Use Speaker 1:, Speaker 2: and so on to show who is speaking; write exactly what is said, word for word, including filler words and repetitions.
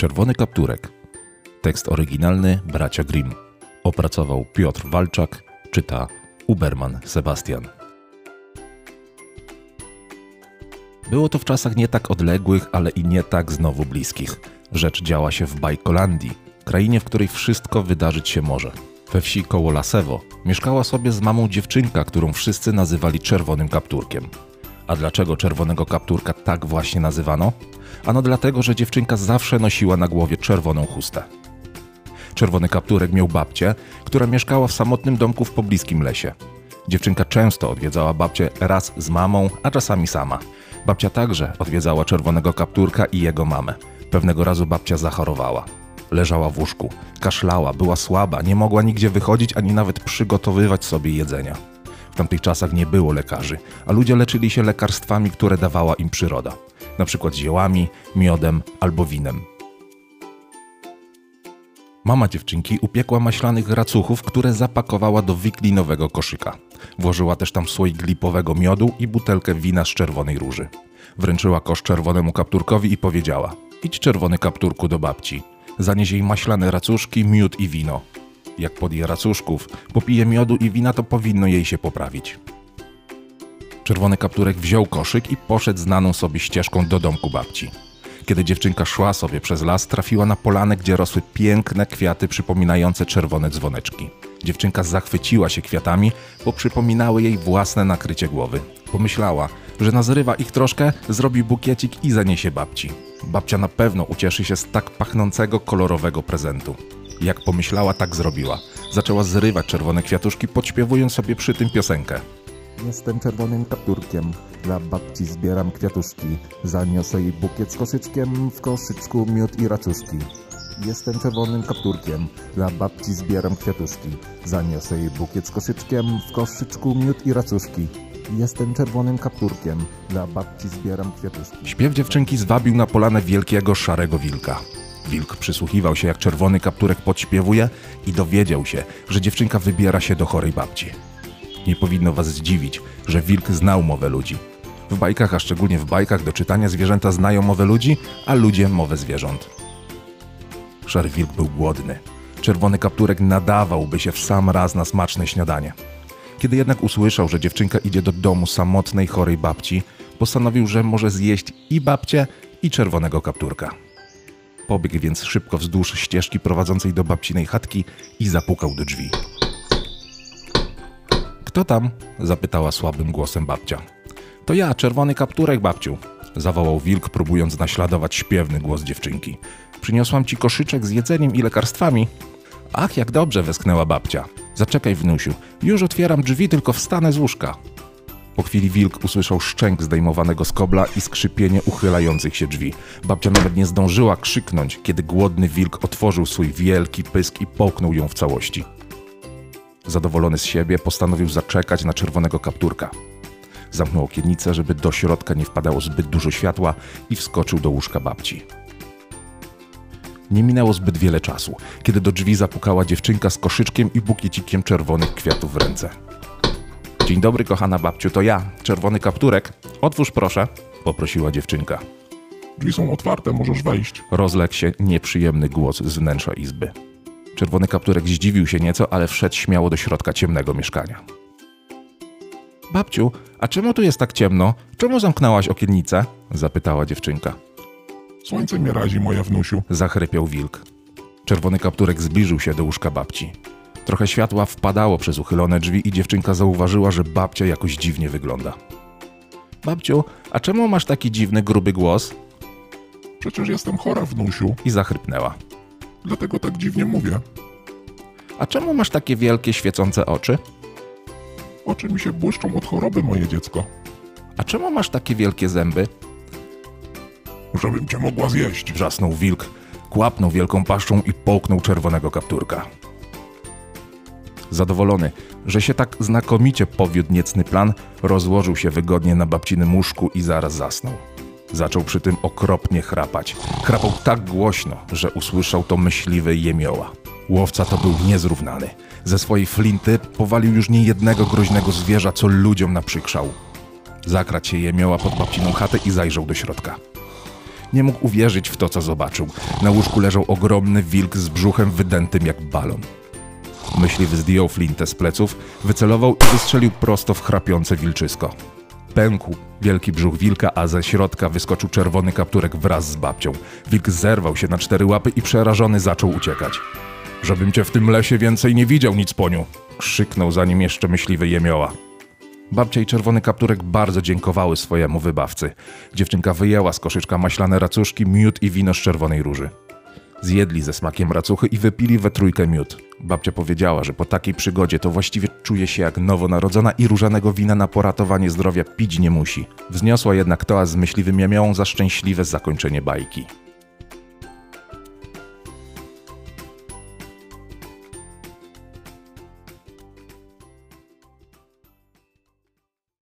Speaker 1: Czerwony kapturek. Tekst oryginalny bracia Grimm. Opracował Piotr Walczak, czyta Uberman Sebastian. Było to w czasach nie tak odległych, ale i nie tak znowu bliskich. Rzecz działa się w Bajkolandii, krainie, w której wszystko wydarzyć się może. We wsi koło Lasewo mieszkała sobie z mamą dziewczynka, którą wszyscy nazywali Czerwonym Kapturkiem. A dlaczego Czerwonego Kapturka tak właśnie nazywano? Ano dlatego, że dziewczynka zawsze nosiła na głowie czerwoną chustę. Czerwony Kapturek miał babcię, która mieszkała w samotnym domku w pobliskim lesie. Dziewczynka często odwiedzała babcię raz z mamą, a czasami sama. Babcia także odwiedzała Czerwonego Kapturka i jego mamę. Pewnego razu babcia zachorowała. Leżała w łóżku, kaszlała, była słaba, nie mogła nigdzie wychodzić ani nawet przygotowywać sobie jedzenia. W tamtych czasach nie było lekarzy, a ludzie leczyli się lekarstwami, które dawała im przyroda. Na przykład ziołami, miodem albo winem. Mama dziewczynki upiekła maślanych racuchów, które zapakowała do wiklinowego koszyka. Włożyła też tam słoik lipowego miodu i butelkę wina z czerwonej róży. Wręczyła kosz Czerwonemu Kapturkowi i powiedziała: idź, Czerwony Kapturku, do babci. Zanieś jej maślane racuszki, miód i wino. Jak podje racuszków, popije miodu i wina, to powinno jej się poprawić. Czerwony Kapturek wziął koszyk i poszedł znaną sobie ścieżką do domku babci. Kiedy dziewczynka szła sobie przez las, trafiła na polanę, gdzie rosły piękne kwiaty przypominające czerwone dzwoneczki. Dziewczynka zachwyciła się kwiatami, bo przypominały jej własne nakrycie głowy. Pomyślała, że nazrywa ich troszkę, zrobi bukiecik i zaniesie babci. Babcia na pewno ucieszy się z tak pachnącego, kolorowego prezentu. Jak pomyślała, tak zrobiła. Zaczęła zrywać czerwone kwiatuszki, podśpiewując sobie przy tym piosenkę.
Speaker 2: Jestem Czerwonym Kapturkiem, dla babci zbieram kwiatuszki. Zaniosę jej bukiet z koszyczkiem, w koszyczku miód i racuszki. Jestem Czerwonym Kapturkiem, dla babci zbieram kwiatuszki. Zaniosę jej bukiet z koszyczkiem, w koszyczku miód i racuszki. Jestem Czerwonym Kapturkiem, dla babci zbieram kwiatuszki.
Speaker 1: Śpiew dziewczynki zwabił na polanę wielkiego, szarego wilka. Wilk przysłuchiwał się, jak Czerwony Kapturek podśpiewuje, i dowiedział się, że dziewczynka wybiera się do chorej babci. Nie powinno was zdziwić, że wilk znał mowę ludzi. W bajkach, a szczególnie w bajkach do czytania, zwierzęta znają mowę ludzi, a ludzie mowę zwierząt. Szary wilk był głodny. Czerwony Kapturek nadawałby się w sam raz na smaczne śniadanie. Kiedy jednak usłyszał, że dziewczynka idzie do domu samotnej, chorej babci, postanowił, że może zjeść i babcię, i Czerwonego Kapturka. Pobiegł więc szybko wzdłuż ścieżki prowadzącej do babcinej chatki i zapukał do drzwi. Kto tam? Zapytała słabym głosem babcia. To ja, Czerwony Kapturek, babciu, zawołał wilk, próbując naśladować śpiewny głos dziewczynki. Przyniosłam ci koszyczek z jedzeniem i lekarstwami. Ach, jak dobrze, westchnęła babcia. Zaczekaj, wnusiu, już otwieram drzwi, tylko wstanę z łóżka. Po chwili wilk usłyszał szczęk zdejmowanego z kobla i skrzypienie uchylających się drzwi. Babcia nawet nie zdążyła krzyknąć, kiedy głodny wilk otworzył swój wielki pysk i połknął ją w całości. Zadowolony z siebie, postanowił zaczekać na Czerwonego Kapturka. Zamknął okiennicę, żeby do środka nie wpadało zbyt dużo światła, i wskoczył do łóżka babci. Nie minęło zbyt wiele czasu, kiedy do drzwi zapukała dziewczynka z koszyczkiem i bukiecikiem czerwonych kwiatów w ręce. Dzień dobry, kochana babciu, to ja, Czerwony Kapturek. Otwórz proszę, poprosiła dziewczynka.
Speaker 3: Drzwi są otwarte, możesz wejść.
Speaker 1: Rozległ się nieprzyjemny głos z wnętrza izby. Czerwony Kapturek zdziwił się nieco, ale wszedł śmiało do środka ciemnego mieszkania. Babciu, a czemu tu jest tak ciemno? Czemu zamknęłaś okiennicę? Zapytała dziewczynka.
Speaker 3: Słońce mnie razi, moja wnusiu.
Speaker 1: Zachrypiał wilk. Czerwony Kapturek zbliżył się do łóżka babci. Trochę światła wpadało przez uchylone drzwi i dziewczynka zauważyła, że babcia jakoś dziwnie wygląda. Babciu, a czemu masz taki dziwny, gruby głos?
Speaker 3: Przecież jestem chora, wnusiu.
Speaker 1: I zachrypnęła.
Speaker 3: Dlatego tak dziwnie mówię.
Speaker 1: A czemu masz takie wielkie, świecące oczy?
Speaker 3: Oczy mi się błyszczą od choroby, moje dziecko.
Speaker 1: A czemu masz takie wielkie zęby?
Speaker 3: Żebym cię mogła zjeść.
Speaker 1: Wrzasnął wilk, kłapnął wielką paszczą i połknął Czerwonego Kapturka. Zadowolony, że się tak znakomicie powiódł niecny plan, rozłożył się wygodnie na babcinym łóżku i zaraz zasnął. Zaczął przy tym okropnie chrapać. Chrapał tak głośno, że usłyszał to myśliwy jemioła. Łowca to był niezrównany. Ze swojej flinty powalił już niejednego groźnego zwierza, co ludziom naprzykrzał. Zakradł się jemioła pod babciną chatę i zajrzał do środka. Nie mógł uwierzyć w to, co zobaczył. Na łóżku leżał ogromny wilk z brzuchem wydętym jak balon. Myśliwy zdjął flintę z pleców, wycelował i wystrzelił prosto w chrapiące wilczysko. Pękł wielki brzuch wilka, a ze środka wyskoczył czerwony kapturek wraz z babcią. Wilk zerwał się na cztery łapy i przerażony zaczął uciekać. Żebym cię w tym lesie więcej nie widział, nicponiu! Krzyknął, zanim jeszcze myśliwy jemioła. Babcia i czerwony kapturek bardzo dziękowały swojemu wybawcy. Dziewczynka wyjęła z koszyczka maślane racuszki, miód i wino z czerwonej róży. Zjedli ze smakiem racuchy i wypili we trójkę miód. Babcia powiedziała, że po takiej przygodzie to właściwie czuje się jak nowonarodzona i różanego wina na poratowanie zdrowia pić nie musi. Wzniosła jednak toast z myśliwym jemiołą za szczęśliwe zakończenie bajki.